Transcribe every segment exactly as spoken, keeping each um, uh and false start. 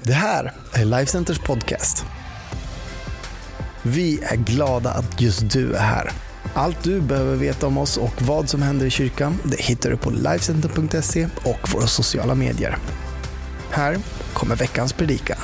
Det här är Lifecenters podcast. Vi är glada att just du är här. Allt du behöver veta om oss och vad som händer i kyrkan, det hittar du på lifecenter punkt se och våra sociala medier. Här kommer veckans predikan.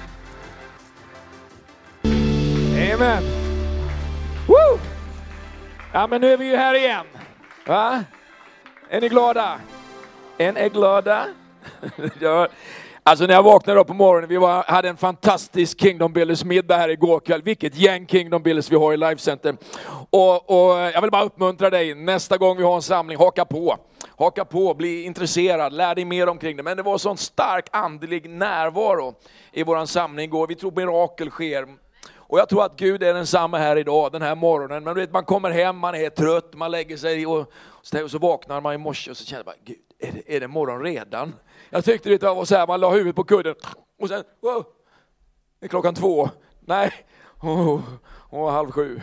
Amen. Woo! Ja, men nu är vi ju här igen. Va? Är ni glada? Är ni glada? Ja. Alltså när jag vaknade upp på morgonen, vi var, hade en fantastisk Kingdom Builders middag här igår kväll. Vilket gäng Kingdom Builders vi har i Lifecenter. Och, och jag vill bara uppmuntra dig, nästa gång vi har en samling, haka på. Haka på, bli intresserad, lär dig mer omkring det. Men det var sån stark andlig närvaro i våran samling igår. Vi tror mirakel sker. Och jag tror att Gud är densamma här idag, den här morgonen. Men du vet, man kommer hem, man är trött, man lägger sig och, och så vaknar man i morse och så känner man, Gud, är det, är det morgon redan? Jag tyckte det var så här, man la huvudet på kudden och sen, wow, det är klockan två. Nej, oh, oh, halv sju.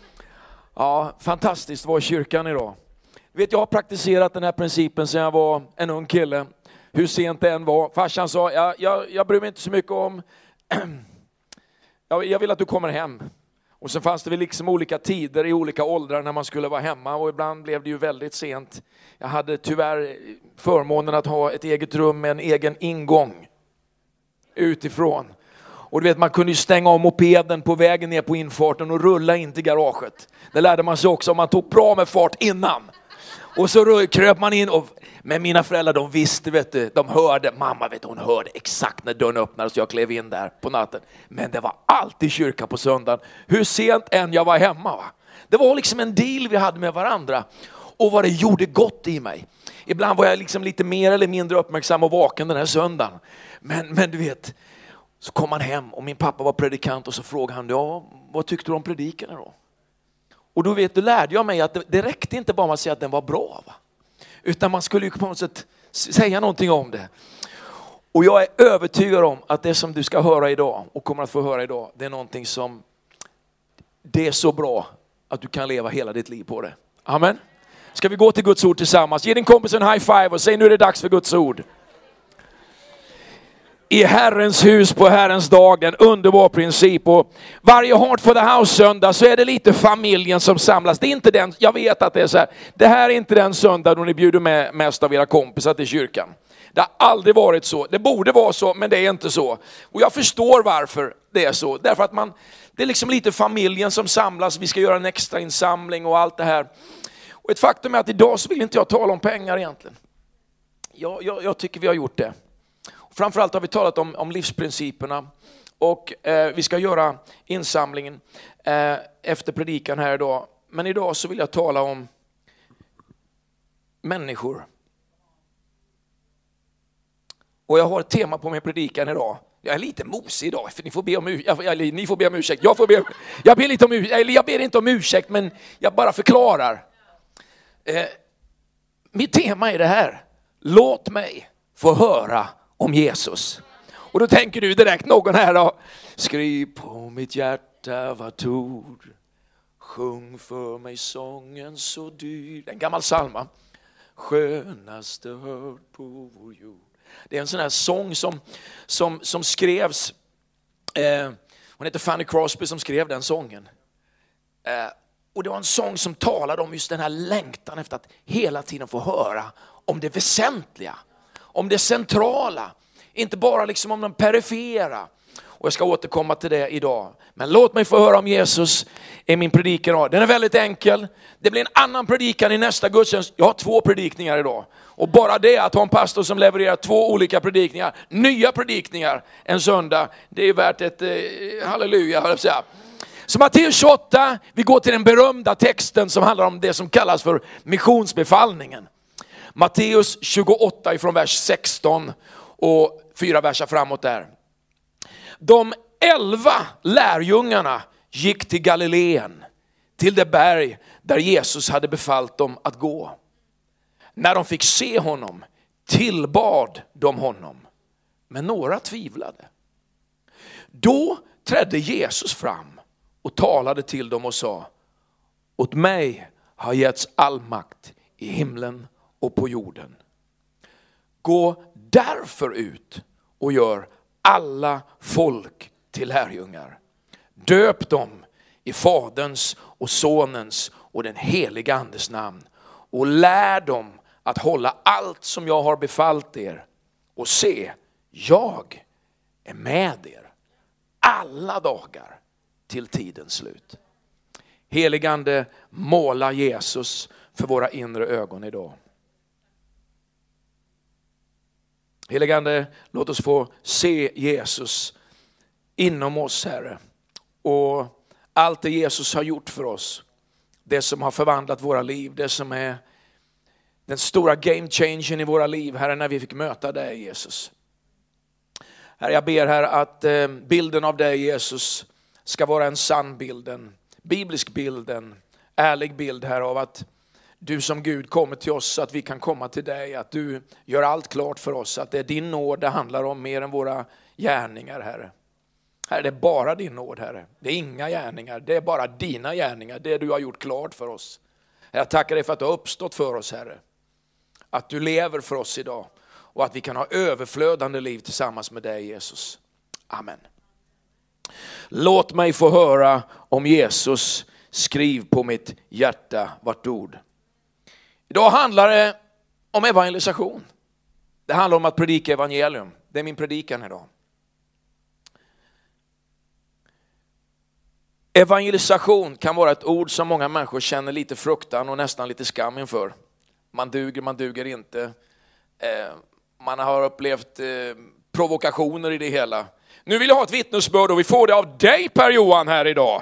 Ja, fantastiskt var kyrkan idag. Vet, jag har praktiserat den här principen sedan jag var en ung kille. Hur sent det än var. Farsan sa, jag, jag, jag bryr mig inte så mycket om, jag, jag vill att du kommer hem. Och så fanns det väl liksom olika tider i olika åldrar när man skulle vara hemma. Och ibland blev det ju väldigt sent. Jag hade tyvärr förmånen att ha ett eget rum med en egen ingång utifrån. Och du vet, man kunde ju stänga av mopeden på vägen ner på infarten och rulla in till garaget. Det lärde man sig också om man tog bra med fart innan. Och så kröp man in och... Men mina föräldrar, de visste, vet du, de hörde, mamma vet du, hon hörde exakt när dörren öppnades så jag klev in där på natten. Men det var alltid kyrka på söndagen, hur sent än jag var hemma, va? Det var liksom en deal vi hade med varandra och vad det gjorde gott i mig. Ibland var jag liksom lite mer eller mindre uppmärksam och vaken den här söndagen. Men, men du vet, så kom man hem och min pappa var predikant och så frågade han, ja, vad tyckte du om predikan då? Och då vet du, lärde jag mig att det, det räckte inte bara att säga att den var bra, va? Utan man skulle ju på något sätt säga någonting om det. Och jag är övertygad om att det som du ska höra idag och kommer att få höra idag, det är någonting som det är så bra att du kan leva hela ditt liv på det. Amen. Ska vi gå till Guds ord tillsammans? Ge din kompis en high five och säg, nu är det dags för Guds ord. I Herrens hus på Herrens dag, en underbar princip. Och varje Heart for the House söndag så är det lite familjen som samlas. Det är inte den, jag vet att det är så här. Det här är inte den söndag då ni bjuder med mest av era kompisar till kyrkan. Det har aldrig varit så. Det borde vara så, men det är inte så. Och jag förstår varför det är så. Därför att man, det är liksom lite familjen som samlas. Vi ska göra en extra insamling och allt det här. Och ett faktum är att idag så vill inte jag tala om pengar egentligen. Jag, jag, jag tycker vi har gjort det. Framförallt har vi talat om, om livsprinciperna och eh, vi ska göra insamlingen eh, efter predikan här idag. Men idag så vill jag tala om människor. Och jag har ett tema på min predikan idag. Jag är lite mosig idag, för ni får be om, jag, jag, ni får be om ursäkt. Jag, får be, jag, ber lite om, eller jag ber inte om ursäkt, men jag bara förklarar. Eh, mitt tema är det här. Låt mig få höra om Jesus. Och då tänker du direkt, någon här då, skriv på mitt hjärta vad ord, sjung för mig sången så dyr. En gammal psalma. Skönaste hörd på vår jord. Det är en sån här sång som, som, som skrevs, eh, hon heter Fanny Crosby som skrev den sången. Eh, och det var en sång som talade om just den här längtan efter att hela tiden få höra om det väsentliga. Om det centrala, inte bara liksom om den perifera. Och jag ska återkomma till det idag. Men låt mig få höra om Jesus i min predikan idag. Den är väldigt enkel. Det blir en annan predikan i nästa gudstjänst. Jag har två predikningar idag. Och bara det att ha en pastor som levererar två olika predikningar, nya predikningar en söndag, det är värt ett eh, halleluja, höll jag säga. Så Matteus tjugoåtta, vi går till den berömda texten som handlar om det som kallas för missionsbefallningen. Matteus tjugoåtta ifrån vers sexton och fyra verser framåt där. De elva lärjungarna gick till Galileen, till det berg där Jesus hade befallt dem att gå. När de fick se honom tillbad de honom, men några tvivlade. Då trädde Jesus fram och talade till dem och sa: åt mig har getts all makt i himlen och på jorden. Gå därför ut och gör alla folk till lärjungar. Döp dem i Faderns och Sonens och den heliga Andes namn. Och lär dem att hålla allt som jag har befallt er. Och se, jag är med er alla dagar till tidens slut. Heligande, måla Jesus för våra inre ögon idag. Heligande, låt oss få se Jesus inom oss, Herre. Och allt det Jesus har gjort för oss, det som har förvandlat våra liv, det som är den stora game changern i våra liv, Herre, när vi fick möta dig, Jesus. Herre, jag ber här att bilden av dig, Jesus, ska vara en sann bild, en biblisk bild, en ärlig bild här av att du som Gud kommer till oss så att vi kan komma till dig, att du gör allt klart för oss, att det är din nåd det handlar om mer än våra gärningar, Herre. Herre, det är bara din nåd, Herre. Det är inga gärningar, det är bara dina gärningar, det du har gjort klart för oss. Jag tackar dig för att du har uppstått för oss, Herre. Att du lever för oss idag och att vi kan ha överflödande liv tillsammans med dig, Jesus. Amen. Låt mig få höra om Jesus, skriv på mitt hjärta vart ord. Idag handlar det om evangelisation. Det handlar om att predika evangelium. Det är min predikan idag. Evangelisation kan vara ett ord som många människor känner lite fruktan och nästan lite skam inför. Man duger, man duger inte. Eh, man har upplevt eh, provokationer i det hela. Nu vill jag ha ett vittnesbörd och vi får det av dig, Per-Johan, här idag.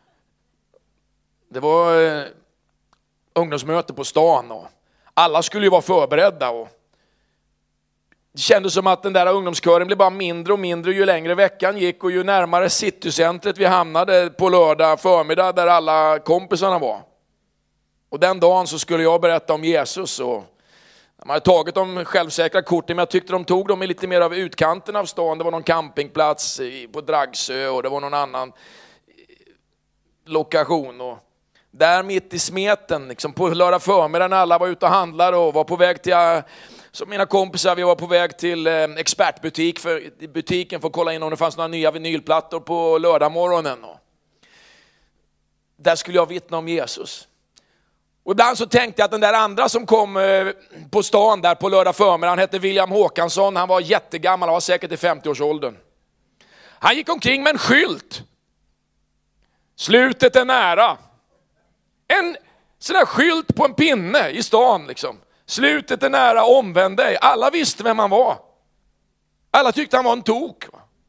Det var eh, ungdomsmöte på stan och alla skulle ju vara förberedda. Och det kändes som att den där ungdomskören blev bara mindre och mindre ju längre veckan gick och ju närmare citycentret vi hamnade på lördag förmiddag där alla kompisarna var. Och den dagen så skulle jag berätta om Jesus och man hade tagit de självsäkra korten, men jag tyckte de tog dem i lite mer av utkanten av stan. Det var någon campingplats på Dragsö och det var någon annan lokation. Och där mitt i smeten, liksom på lördag förmiddag när alla var ute och handlade och var på väg till, som mina kompisar, vi var på väg till expertbutik för butiken för att kolla in om det fanns några nya vinylplattor på lördag morgonen. Och där skulle jag vittna om Jesus. Och ibland så tänkte jag att den där andra som kom på stan där på lördag förmiddag, han hette William Håkansson, han var jättegammal, han var säkert i femtio-årsåldern. Han gick omkring med en skylt. Slutet är nära. En sån där skylt på en pinne i stan liksom. Slutet är nära, omvänd dig. Alla visste vem han var. Alla tyckte han var en tok.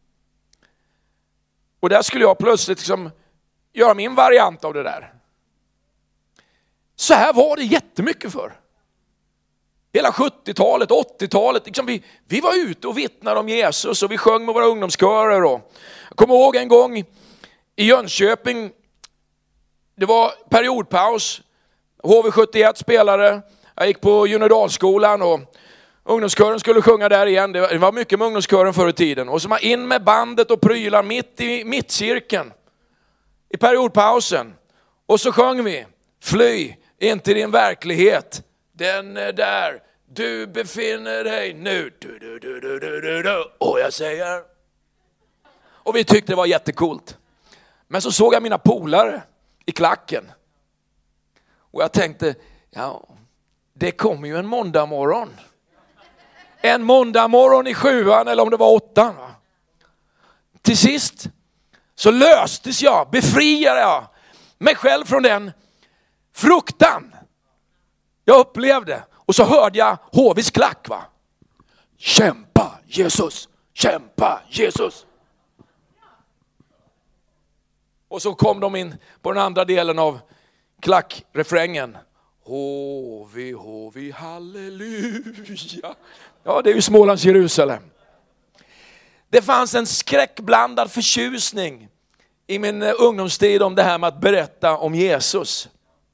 Och där skulle jag plötsligt liksom göra min variant av det där. Så här var det jättemycket för. Hela sjuttiotalet, åttiotalet. Liksom vi, vi var ute och vittnade om Jesus och vi sjöng med våra ungdomskörer. Och jag kommer ihåg en gång i Jönköping. Det var periodpaus. H V sjuttioett spelare. Jag gick på Junedalsskolan och ungdomskören skulle sjunga där igen. Det var mycket med ungdomskören förr i tiden. Och så man in med bandet och prylar mitt i mittcirkeln. I periodpausen. Och så sjöng vi. Fly, inte din verklighet. Den är där. Du befinner dig nu. Du, du, du, du, du, du, du. Och jag säger. Och vi tyckte det var jättekult. Men så såg jag mina polare i klacken. Och jag tänkte, ja, det kommer ju en måndag morgon. En måndag morgon i sjuan eller om det var åttan. Va? Till sist så löstes jag, befriade jag mig själv från den fruktan jag upplevde. Och så hörde jag H V:s klack, va? Kämpa Jesus, kämpa Jesus. Och så kom de in på den andra delen av klackrefrängen. H V, H V, halleluja. Ja, det är ju Smålands Jerusalem. Det fanns en skräckblandad förtjusning i min ungdomstid om det här med att berätta om Jesus.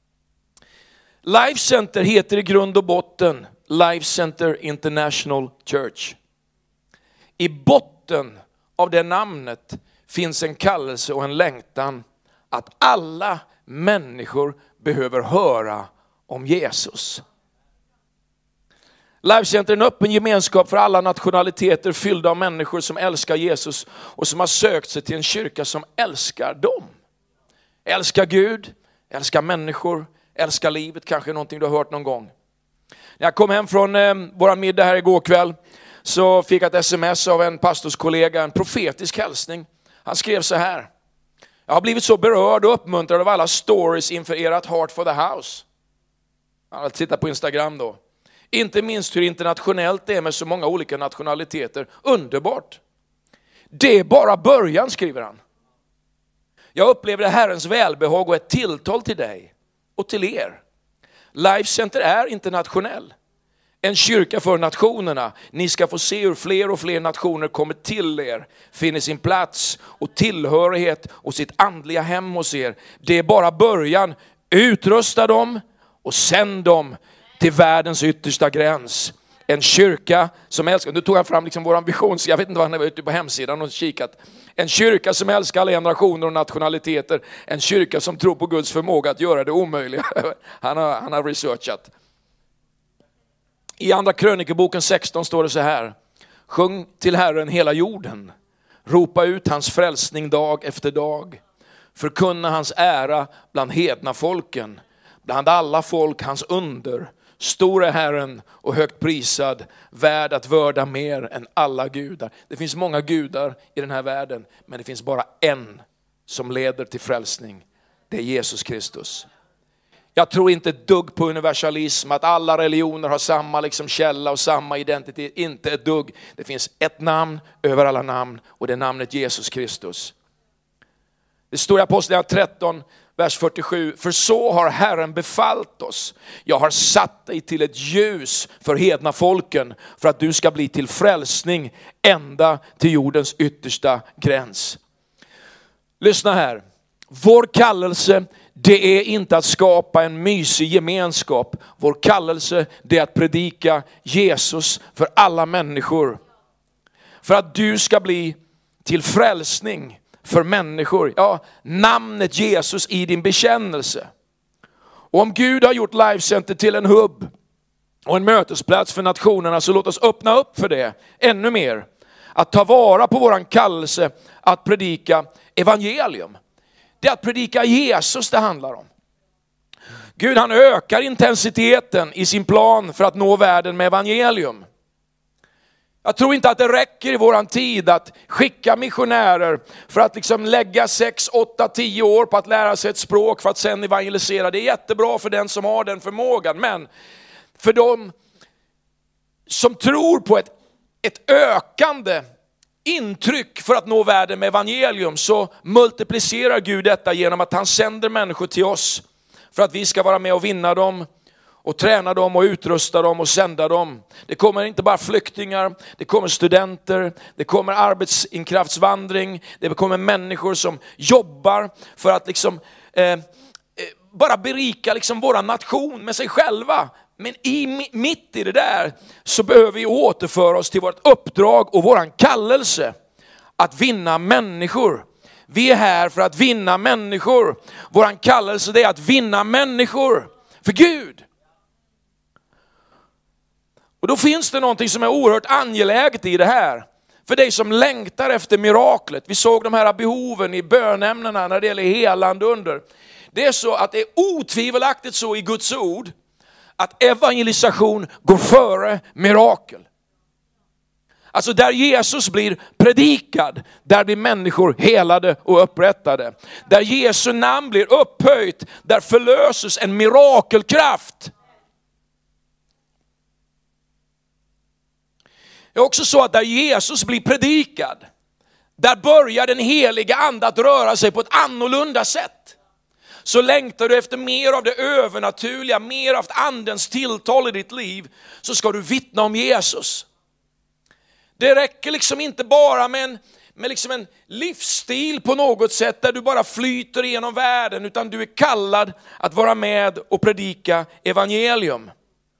Life Center heter i grund och botten Life Center International Church. I botten av det namnet finns en kallelse och en längtan att alla människor behöver höra om Jesus. Life Center är en öppen gemenskap för alla nationaliteter, fyllda av människor som älskar Jesus och som har sökt sig till en kyrka som älskar dem. Älskar Gud, älskar människor, älskar livet, kanske någonting du har hört någon gång. När jag kom hem från eh, vår middag här igår kväll så fick jag ett sms av en pastorskollega, en profetisk hälsning. Han skrev så här: jag har blivit så berörd och uppmuntrad av alla stories inför ert Heart for the House. Han har tittat på Instagram då. Inte minst hur internationellt det är med så många olika nationaliteter. Underbart. Det är bara början, skriver han. Jag upplevde Herrens välbehag och ett tilltal till dig och till er. Life Center är internationell. En kyrka för nationerna. Ni ska få se hur fler och fler nationer kommer till er, finner sin plats och tillhörighet och sitt andliga hem hos er. Det är bara början. Utrusta dem och sänd dem till världens yttersta gräns. En kyrka som älskar, nu tog han fram liksom våran vision, så jag vet inte vad han var ute på hemsidan och kikat. En kyrka som älskar alla generationer och nationaliteter. En kyrka som tror på Guds förmåga att göra det omöjliga. Han har, han har researchat. I andra krönikeboken sexton står det så här: sjung till Herren hela jorden. Ropa ut hans frälsning dag efter dag. Förkunna hans ära bland hedna folken. Bland alla folk hans under. Stor är Herren och högt prisad, värd att vörda mer än alla gudar. Det finns många gudar i den här världen, men det finns bara en som leder till frälsning. Det är Jesus Kristus. Jag tror inte ett dugg på universalism, att alla religioner har samma liksom källa och samma identitet. Inte ett dugg. Det finns ett namn över alla namn och det är namnet Jesus Kristus. Det står i Apostlagärningarna tretton, vers fyrtiosju. För så har Herren befallt oss. Jag har satt dig till ett ljus för hedna folken, för att du ska bli till frälsning ända till jordens yttersta gräns. Lyssna här. Vår kallelse, det är inte att skapa en mysig gemenskap. Vår kallelse, det är att predika Jesus för alla människor. För att du ska bli till frälsning för människor. Ja, namnet Jesus i din bekännelse. Och om Gud har gjort Life Center till en hubb och en mötesplats för nationerna, så låt oss öppna upp för det ännu mer. Att ta vara på våran kallelse att predika evangelium. Det är att predika Jesus det handlar om. Gud, han ökar intensiteten i sin plan för att nå världen med evangelium. Jag tror inte att det räcker i våran tid att skicka missionärer för att liksom lägga sex, åtta, tio år på att lära sig ett språk för att sen evangelisera. Det är jättebra för den som har den förmågan, men för de som tror på ett, ett ökande intryck för att nå världen med evangelium, så multiplicerar Gud detta genom att han sänder människor till oss för att vi ska vara med och vinna dem och träna dem och utrusta dem och sända dem. Det kommer inte bara flyktingar, det kommer studenter, det kommer arbetsinkraftsvandring, det kommer människor som jobbar för att liksom eh, bara berika liksom våra nation med sig själva. Men i, mitt i det där så behöver vi återföra oss till vårt uppdrag och våran kallelse att vinna människor. Vi är här för att vinna människor. Våran kallelse, det är att vinna människor för Gud. Och då finns det någonting som är oerhört angeläget i det här. För dig som längtar efter miraklet. Vi såg de här behoven i bönämnena när det gäller helande under. Det är så att det är otvivelaktigt så i Guds ord att evangelisation går före mirakel. Alltså där Jesus blir predikad, där blir människor helade och upprättade. Där Jesu namn blir upphöjt, där förlöses en mirakelkraft. Det är också så att där Jesus blir predikad, där börjar den heliga ande att röra sig på ett annorlunda sätt. Så längtar du efter mer av det övernaturliga, mer av andens tilltal i ditt liv, så ska du vittna om Jesus. Det räcker liksom inte bara med en, med liksom en livsstil på något sätt där du bara flyter genom världen, utan du är kallad att vara med och predika evangelium.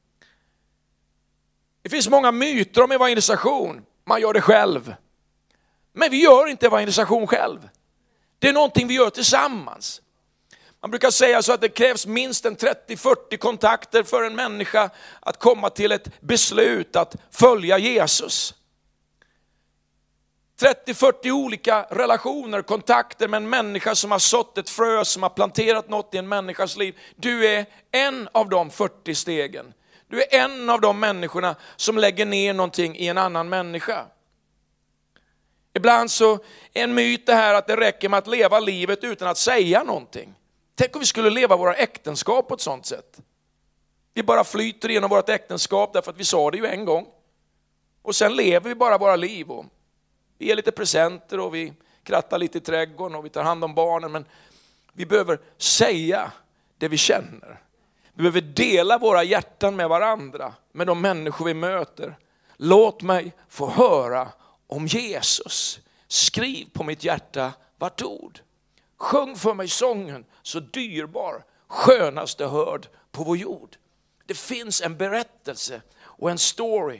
Det finns många myter om evangelisation. Man gör det själv. Men vi gör inte evangelisation själv. Det är någonting vi gör tillsammans. Man brukar säga så att det krävs minst en trettio till fyrtio kontakter för en människa att komma till ett beslut att följa Jesus. trettio till fyrtio olika relationer, kontakter med en människa som har sått ett frö, som har planterat något i en människas liv. Du är en av de fyrtio stegen. Du är en av de människorna som lägger ner någonting i en annan människa. Ibland så är en myt det här att det räcker med att leva livet utan att säga någonting. Tänk om vi skulle leva våra äktenskap på ett sånt sätt. Vi bara flyter igenom vårt äktenskap därför att vi sa det ju en gång. Och sen lever vi bara våra liv. Och vi ger lite presenter och vi krattar lite i trädgården och vi tar hand om barnen. Men vi behöver säga det vi känner. Vi behöver dela våra hjärtan med varandra, med de människor vi möter. Låt mig få höra om Jesus. Skriv på mitt hjärta vart ord. Sjung för mig sången så dyrbar, skönaste hörd på vår jord. Det finns en berättelse och en story.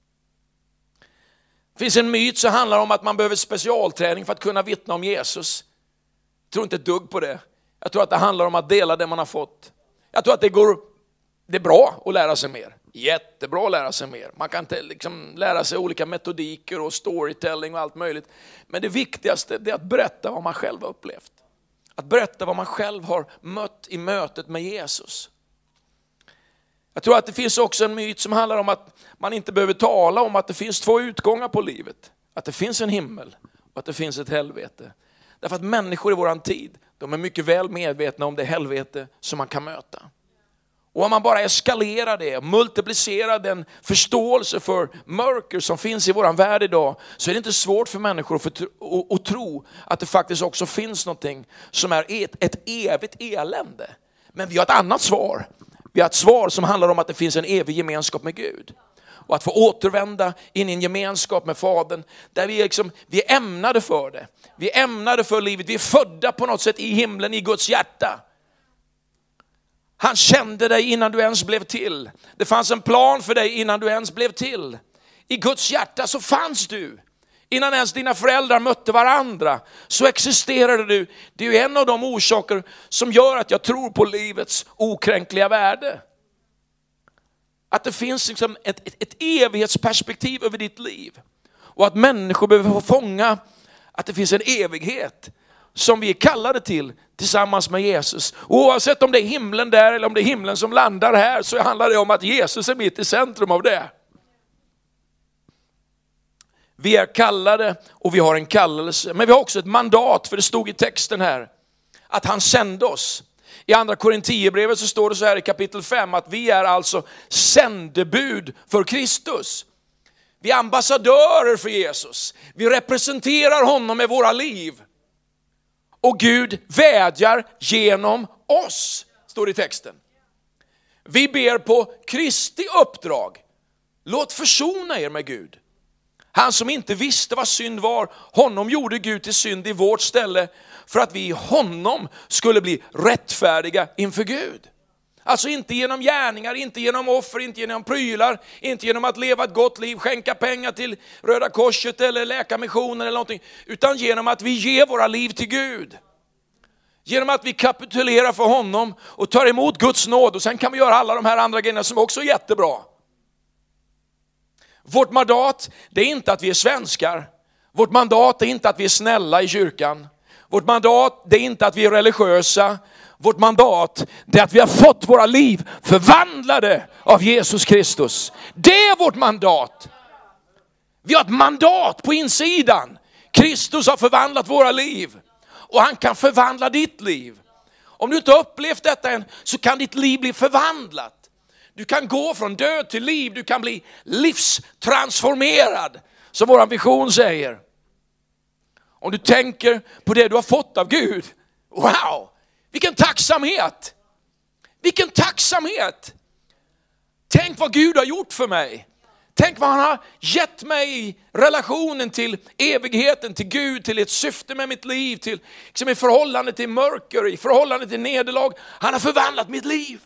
Det finns en myt som handlar om att man behöver specialträning för att kunna vittna om Jesus. Jag tror inte ett dugg på det. Jag tror att det handlar om att dela det man har fått. Jag tror att det går, det är bra att lära sig mer. Jättebra att lära sig mer. Man kan inte liksom lära sig olika metodiker och storytelling och allt möjligt. Men det viktigaste är att berätta vad man själv har upplevt. Att berätta vad man själv har mött i mötet med Jesus. Jag tror att det finns också en myt som handlar om att man inte behöver tala om att det finns två utgångar på livet. Att det finns en himmel och att det finns ett helvete. Därför att människor i våran tid, de är mycket väl medvetna om det helvete som man kan möta. Och om man bara eskalerar det, multiplicerar den förståelse för mörker som finns i våran värld idag, så är det inte svårt för människor att, för, att, att tro att det faktiskt också finns någonting som är ett, ett evigt elände. Men vi har ett annat svar. Vi har ett svar som handlar om att det finns en evig gemenskap med Gud. Och att få återvända in i en gemenskap med Fadern. Där vi, liksom, vi är ämnade för det. Vi är ämnade för livet. Vi är födda på något sätt i himlen, i Guds hjärta. Han kände dig innan du ens blev till. Det fanns en plan för dig innan du ens blev till. I Guds hjärta så fanns du. Innan ens dina föräldrar mötte varandra så existerade du. Det är ju en av de orsaker som gör att jag tror på livets okränkliga värde. Att det finns liksom ett, ett, ett evighetsperspektiv över ditt liv. Och att människor behöver få fånga att det finns en evighet som vi är kallade till tillsammans med Jesus. Och oavsett om det är himlen där eller om det är himlen som landar här, så handlar det om att Jesus är mitt i centrum av det. Vi är kallade och vi har en kallelse. Men vi har också ett mandat, för det stod i texten här att han sände oss. I andra Korintierbrevet så står det så här i kapitel fem att vi är alltså sändebud för Kristus. Vi är ambassadörer för Jesus. Vi representerar honom med våra liv. Och Gud vädjar genom oss, står det i texten. Vi ber på Kristi uppdrag. Låt försona er med Gud. Han som inte visste vad synd var, honom gjorde Gud till synd i vårt ställe för att vi i honom skulle bli rättfärdiga inför Gud. Alltså inte genom gärningar, inte genom offer, inte genom prylar, inte genom att leva ett gott liv, skänka pengar till Röda Korset eller Läkarmissionen eller någonting, utan genom att vi ger våra liv till Gud. Genom att vi kapitulerar för honom och tar emot Guds nåd, och sen kan vi göra alla de här andra grejerna som också är jättebra. Vårt mandat, det är inte att vi är svenskar. Vårt mandat är inte att vi är snälla i kyrkan. Vårt mandat, det är inte att vi är religiösa. Vårt mandat, det är att vi har fått våra liv förvandlade av Jesus Kristus. Det är vårt mandat. Vi har ett mandat på insidan. Kristus har förvandlat våra liv. Och han kan förvandla ditt liv. Om du inte har upplevt detta än, så kan ditt liv bli förvandlat. Du kan gå från död till liv. Du kan bli livstransformerad, som vår vision säger. Om du tänker på det du har fått av Gud. Wow! Vilken tacksamhet! Vilken tacksamhet! Tänk vad Gud har gjort för mig. Tänk vad han har gett mig i relationen till evigheten, till Gud, till ett syfte med mitt liv, till liksom i förhållande till mörker, i förhållande till nederlag. Han har förvandlat mitt liv.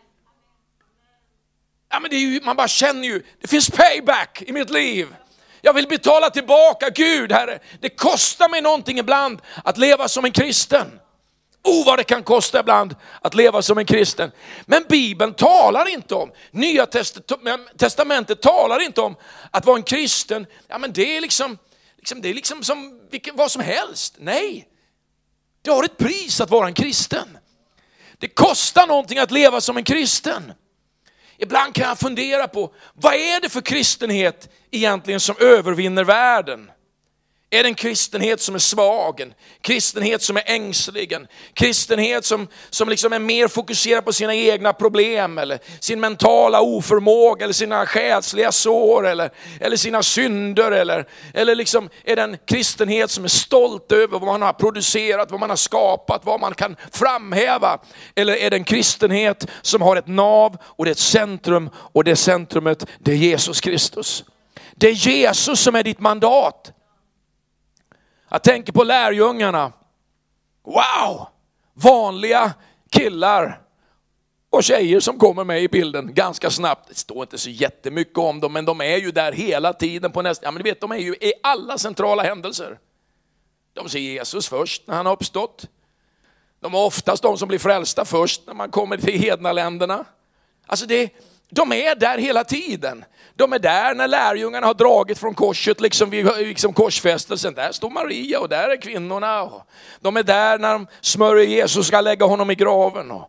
Ja, men det är ju, man bara känner ju, det finns payback i mitt liv. Jag vill betala tillbaka, Gud, Herre. Det kostar mig någonting ibland att leva som en kristen. Oh, vad det kan kosta ibland att leva som en kristen. Men Bibeln talar inte om, Nya testamentet talar inte om att vara en kristen. Ja, men det är liksom, liksom, det är liksom som vilken, vad som helst. Nej, det har ett pris att vara en kristen. Det kostar någonting att leva som en kristen. Ibland kan jag fundera på, vad är det för kristenhet egentligen som övervinner världen? Är det en kristenhet som är svag, en kristenhet som är ängslig, en kristenhet som, som liksom är mer fokuserad på sina egna problem eller sin mentala oförmåga eller sina själsliga sår eller, eller sina synder, eller, eller liksom är det en kristenhet som är stolt över vad man har producerat, vad man har skapat, vad man kan framhäva, eller är det en kristenhet som har ett nav och det är ett centrum, och det centrumet, det är Jesus Kristus. Det är Jesus som är ditt mandat. Jag tänker på lärjungarna. Wow! Vanliga killar och tjejer som kommer med i bilden ganska snabbt. Det står inte så jättemycket om dem, men de är ju där hela tiden på nästa. Ja, men du vet, de är ju i alla centrala händelser. De ser Jesus först när han har uppstått. De är oftast de som blir frälsta först när man kommer till hedna länderna. Alltså det, de är där hela tiden. De är där när lärjungarna har dragit från korset, liksom vid liksom korsfästelsen. Där står Maria och där är kvinnorna. Och de är där när de smörjer Jesus, ska lägga honom i graven. Och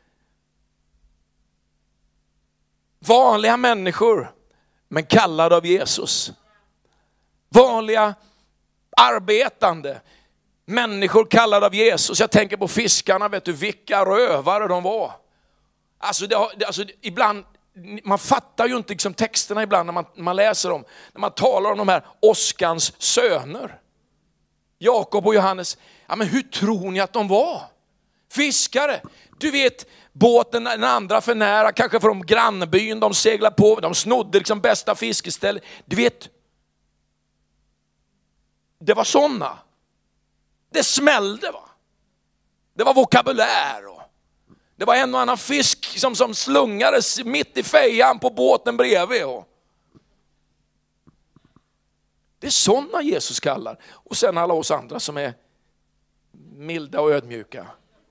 vanliga människor, men kallade av Jesus. Vanliga arbetande människor kallade av Jesus. Jag tänker på fiskarna, vet du vilka rövare de var. Alltså, det, alltså ibland, man fattar ju inte liksom texterna ibland när man, man läser dem. När man talar om de här Oskans söner. Jakob och Johannes. Ja, men hur tror ni att de var? Fiskare. Du vet, båten den andra för nära, kanske från grannbyn de seglar på. De snodde liksom bästa fiskestället. Du vet, det var såna. Det smällde, va? Det var vokabulär. Och det var en och annan fisk som, som slungades mitt i fejan på båten bredvid. Och det är sådana Jesus kallar. Och sen alla oss andra som är milda och ödmjuka.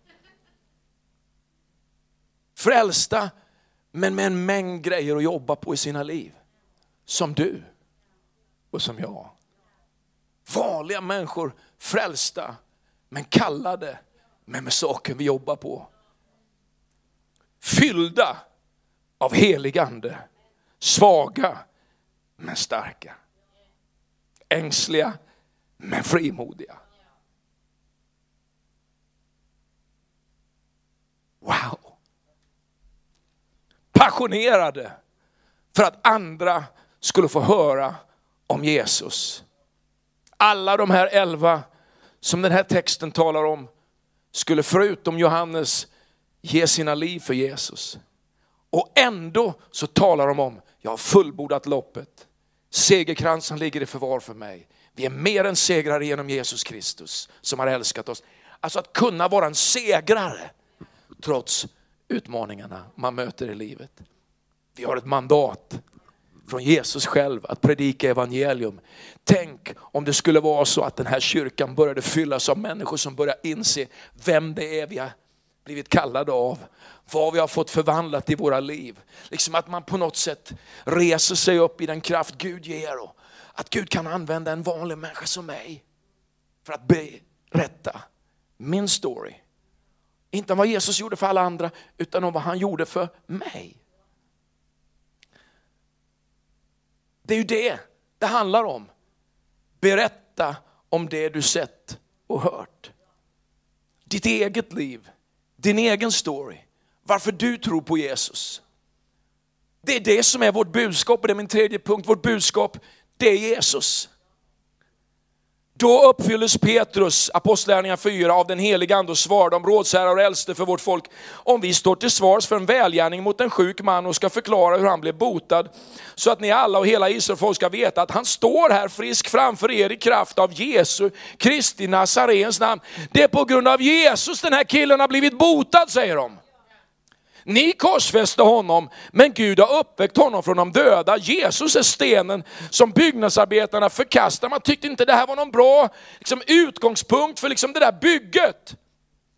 Frälsta, men med en mängd grejer att jobba på i sina liv. Som du och som jag. Vanliga människor, frälsta, men kallade, men med saker vi jobbar på. Fyllda av helig ande. Svaga, men starka. Ängsliga, men frimodiga. Wow. Passionerade för att andra skulle få höra om Jesus. Alla de här elva som den här texten talar om skulle förutom Johannes ge sina liv för Jesus. Och ändå så talar de om, jag har fullbordat loppet. Segerkransen ligger i förvar för mig. Vi är mer än segrare genom Jesus Kristus som har älskat oss. Alltså att kunna vara en segrare trots utmaningarna man möter i livet. Vi har ett mandat från Jesus själv att predika evangelium. Tänk om det skulle vara så att den här kyrkan började fyllas av människor som börjar inse vem det är vi har blivit kallade av. Vad vi har fått förvandlat i våra liv. Liksom att man på något sätt reser sig upp i den kraft Gud ger. Och att Gud kan använda en vanlig människa som mig för att berätta min story. Inte om vad Jesus gjorde för alla andra, utan om vad han gjorde för mig. Det är ju det det handlar om. Berätta om det du sett och hört. Ditt eget liv, din egen story. Varför du tror på Jesus. Det är det som är vårt budskap, och det är min tredje punkt. Vårt budskap, det är Jesus. Då uppfylldes Petrus, apostlagärningarna fyra, av den heliga ande och svarade om rådsherrar och äldste för vårt folk. Om vi står till svars för en välgärning mot en sjuk man och ska förklara hur han blev botad, så att ni alla och hela Israel folk ska veta att han står här frisk framför er i kraft av Jesu Kristi Nazarens namn. Det är på grund av Jesus den här killen har blivit botad, säger de. Ni korsfäste honom, men Gud har uppväckt honom från de döda. Jesus är stenen som byggnadsarbetarna förkastar. Man tyckte inte det här var någon bra liksom, utgångspunkt för liksom, det där bygget.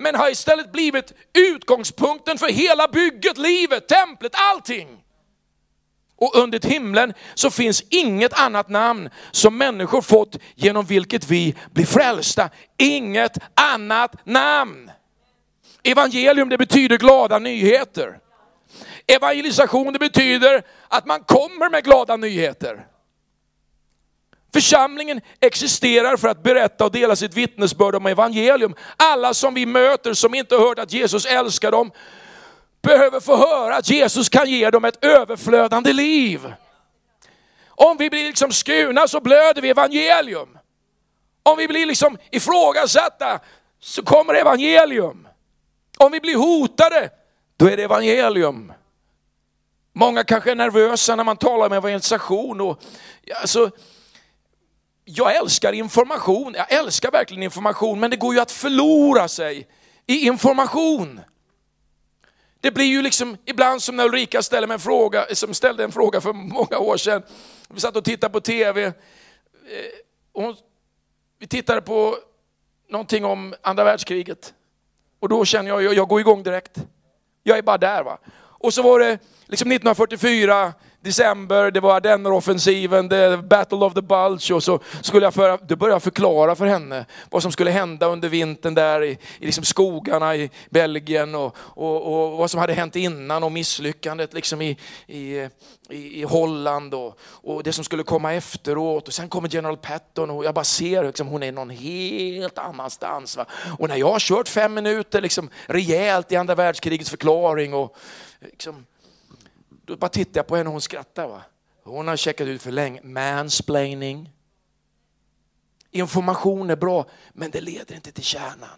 men har istället blivit utgångspunkten för hela bygget, livet, templet, allting. Och under himlen så finns inget annat namn som människor fått genom vilket vi blir frälsta. Inget annat namn. Evangelium, det betyder glada nyheter. Evangelisation, det betyder att man kommer med glada nyheter. Församlingen existerar för att berätta och dela sitt vittnesbörd om evangelium. Alla som vi möter som inte hört att Jesus älskar dem behöver få höra att Jesus kan ge dem ett överflödande liv. Om vi blir liksom skurna så blöder vi evangelium. Om vi blir liksom ifrågasatta så kommer evangelium. Om vi blir hotade, då är det evangelium. Många kanske är nervösa när man talar om evangelisation. Och, alltså, jag älskar information. Jag älskar verkligen information. Men det går ju att förlora sig i information. Det blir ju liksom ibland som när Ulrika ställde mig en fråga, som ställde en fråga för många år sedan. Vi satt och tittade på tv. Och vi tittade på någonting om andra världskriget. Och då känner jag, jag, jag går igång direkt. Jag är bara där, va. Och så var det liksom nittonhundrafyrtiofyra, december, det var Ardenneroffensiven, the Battle of the Bulge. Och så skulle jag för, då började jag förklara för henne vad som skulle hända under vintern där i, i liksom skogarna i Belgien. Och, och, och vad som hade hänt innan och misslyckandet liksom i, i, i, i Holland. Och, och det som skulle komma efteråt. Och sen kommer General Patton och jag bara ser liksom, hon är någon helt annanstans. Va? Och när jag har kört fem minuter liksom, rejält i andra världskrigets förklaring och liksom, då bara tittar jag på henne och hon skrattar, va. Hon har checkat ut för länge. Mansplaining. Information är bra, men det leder inte till kärnan.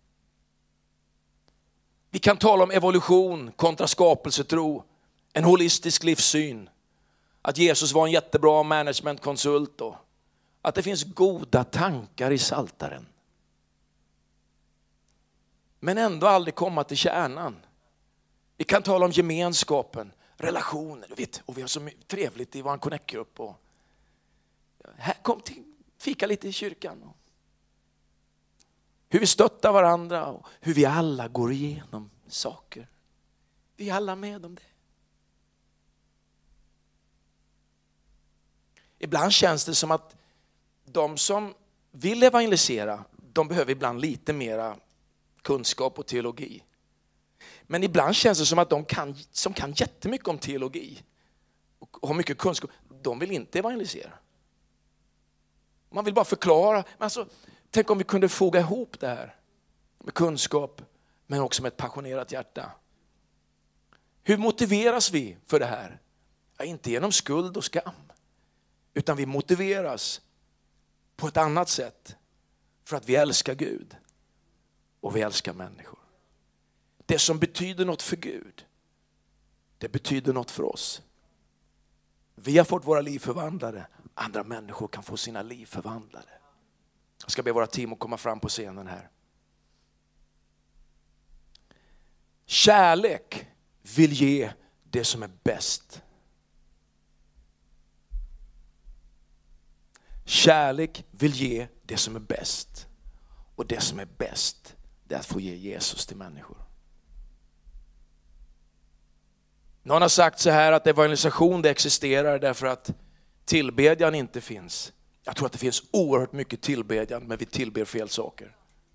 Vi kan tala om evolution kontra skapelsetro. En holistisk livssyn. Att Jesus var en jättebra managementkonsult. Och att det finns goda tankar i Saltaren. Men ändå aldrig komma till kärnan. Vi kan tala om gemenskapen. Relationer, vet, och vi har så trevligt i vår connect-grupp. Och här kom till, fika lite i kyrkan. Och hur vi stöttar varandra och hur vi alla går igenom saker. Vi är alla med om det. Ibland känns det som att de som vill evangelisera, de behöver ibland lite mera kunskap och teologi. Men ibland känns det som att de kan, som kan jättemycket om teologi och har mycket kunskap, de vill inte evangelisera. Man vill bara förklara. Men alltså, tänk om vi kunde foga ihop det här med kunskap men också med ett passionerat hjärta. Hur motiveras vi för det här? Ja, inte genom skuld och skam, utan vi motiveras på ett annat sätt för att vi älskar Gud och vi älskar människor. Det som betyder något för Gud, det betyder något för oss. Vi har fått våra liv förvandlade. Andra människor kan få sina liv förvandlade. Jag ska be våra team att komma fram på scenen här. Kärlek vill ge det som är bäst. Kärlek vill ge det som är bäst. Och det som är bäst, det är att få ge Jesus till människor. Någon har sagt så här att evangelisation det existerar därför att tillbedjan inte finns. Jag tror att det finns oerhört mycket tillbedjan, men vi tillber fel saker.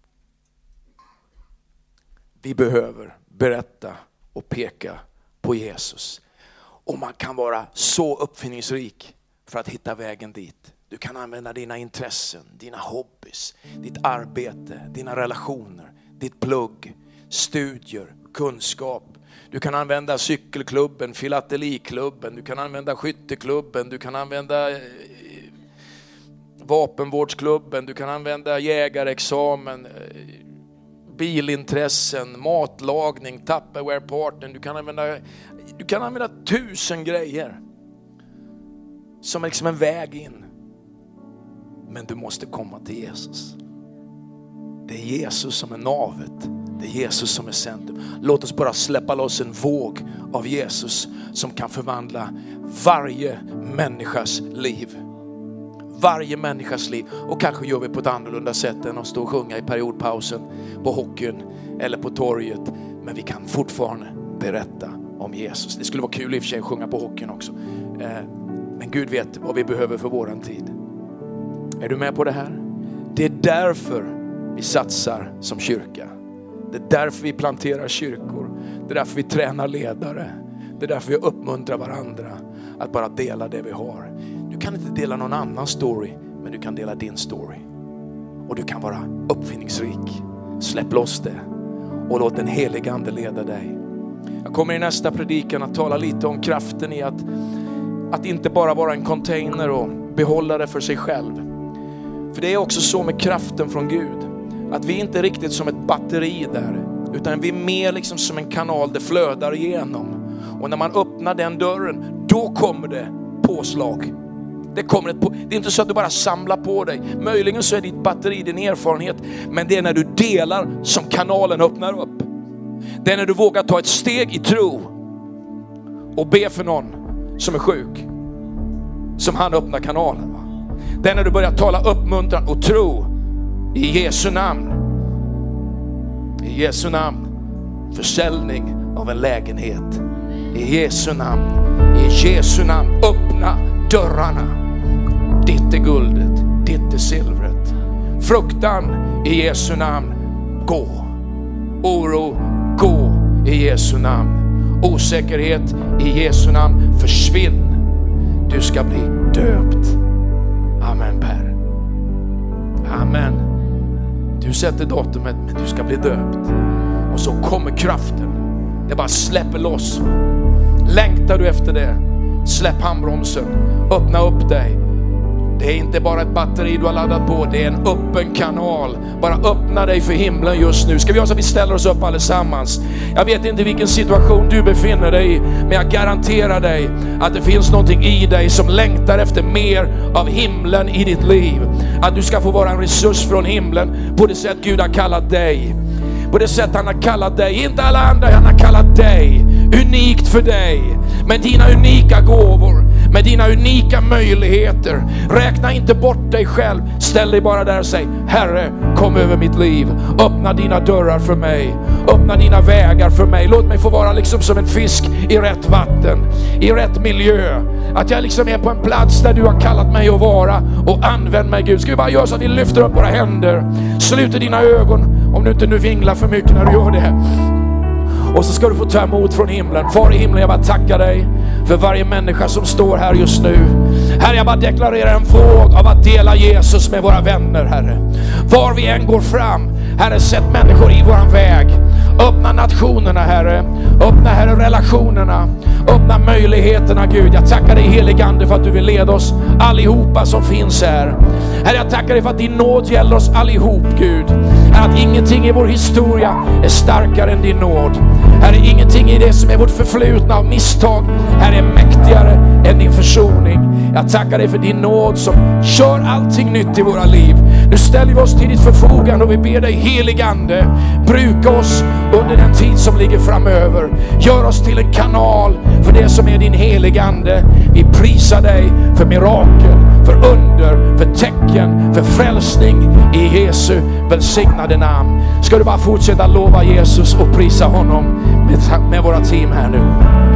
Vi behöver berätta och peka på Jesus. Och man kan vara så uppfinningsrik för att hitta vägen dit. Du kan använda dina intressen, dina hobbys, ditt arbete, dina relationer, ditt plugg, studier, kunskap. Du kan använda cykelklubben, filateliklubben, du kan använda skytteklubben, du kan använda eh, vapenvårdsklubben, du kan använda jägarexamen, eh, bilintressen, matlagning, Tupperware-parten. Du kan använda, du kan använda tusen grejer som är liksom en väg in. Men du måste komma till Jesus. Det är Jesus som är navet. Det är Jesus som är centrum. Låt oss bara släppa loss en våg av Jesus som kan förvandla varje människas liv. varje människas liv. Och kanske gör vi på ett annorlunda sätt än att stå och sjunga i periodpausen på hockeyn eller på torget. Men vi kan fortfarande berätta om Jesus. Det skulle vara kul i och för sig att sjunga på hockeyn också. Men Gud vet vad vi behöver för våran tid. Är du med på det här? Det är därför vi satsar som kyrka. Det är därför vi planterar kyrkor. Det är därför vi tränar ledare. Det är därför vi uppmuntrar varandra att bara dela det vi har. Du kan inte dela någon annan story, men du kan dela din story. Och du kan vara uppfinningsrik. Släpp loss det och låt den helige ande leda dig. Jag kommer i nästa predikan att tala lite om kraften i att, att inte bara vara en container och behålla det för sig själv. För det är också så med kraften från Gud. Att vi inte är riktigt som ett batteri där. Utan vi är mer liksom som en kanal det flödar igenom. Och när man öppnar den dörren, då kommer det påslag. Det, kommer ett på, det är inte så att du bara samlar på dig. Möjligen så är ditt batteri din erfarenhet. Men det är när du delar som kanalen öppnar upp. Det är när du vågar ta ett steg i tro. Och be för någon som är sjuk. Som han öppnar kanalen. Va? Det är när du börjar tala uppmuntran och tro. I Jesu namn. I Jesu namn. Försäljning av en lägenhet. I Jesu namn. I Jesu namn. Öppna dörrarna. Ditt är guldet. Ditt är silvret. Fruktan i Jesu namn. Gå. Oro. Gå i Jesu namn. Osäkerhet i Jesu namn. Försvinn. Du ska bli döpt. Amen, Per. Amen. Du sätter datumet, men du ska bli döpt. Och så kommer kraften. Det bara släpper loss. Längtar du efter det? Släpp handbromsen. Öppna upp dig. Det är inte bara ett batteri du har laddat på. Det är en öppen kanal. Bara öppna dig för himlen just nu. Ska vi göra så att vi ställer oss upp allesammans? Jag vet inte vilken situation du befinner dig i. Men jag garanterar dig att det finns någonting i dig som längtar efter mer av himlen i ditt liv. Att du ska få vara en resurs från himlen på det sätt Gud har kallat dig. På det sätt han har kallat dig. Inte alla andra, han har kallat dig. Unikt för dig. Med dina unika gåvor. Med dina unika möjligheter. Räkna inte bort dig själv. Ställ dig bara där och säg: Herre, kom över mitt liv. Öppna dina dörrar för mig. Öppna dina vägar för mig. Låt mig få vara liksom som en fisk i rätt vatten. I rätt miljö. Att jag liksom är på en plats där du har kallat mig att vara. Och använd mig, Gud. Ska vi bara göra så att vi lyfter upp våra händer. Sluter dina ögon. Om du inte nu vinglar för mycket när du gör det. Och så ska du få ta emot från himlen. Far i himlen, jag bara tackar dig för varje människa som står här just nu. Herre, jag bara deklarerar en våg av att dela Jesus med våra vänner, Herre. Var vi än går fram, Herre, sätt människor i våran väg. Öppna nationerna, Herre. Öppna, Herre, relationerna. Öppna möjligheterna, Gud. Jag tackar dig, helige ande, för att du vill leda oss allihopa som finns här. Herre, jag tackar dig för att din nåd gäller oss allihop, Gud. Herre, att ingenting i vår historia är starkare än din nåd. Herre, ingenting i det som är vårt förflutna av misstag, Herre, är mäktigare än din försoning. Jag tackar dig för din nåd som kör allting nytt i våra liv. Nu ställer vi oss till ditt förfogande och vi ber dig, helige ande, bruka oss under den tid som ligger framöver. Gör oss till en kanal för det som är din helige ande. Vi prisar dig för mirakel, för under, för tecken, för frälsning i Jesu välsignade namn. Ska du bara fortsätta lova Jesus och prisa honom med, med våra team här nu.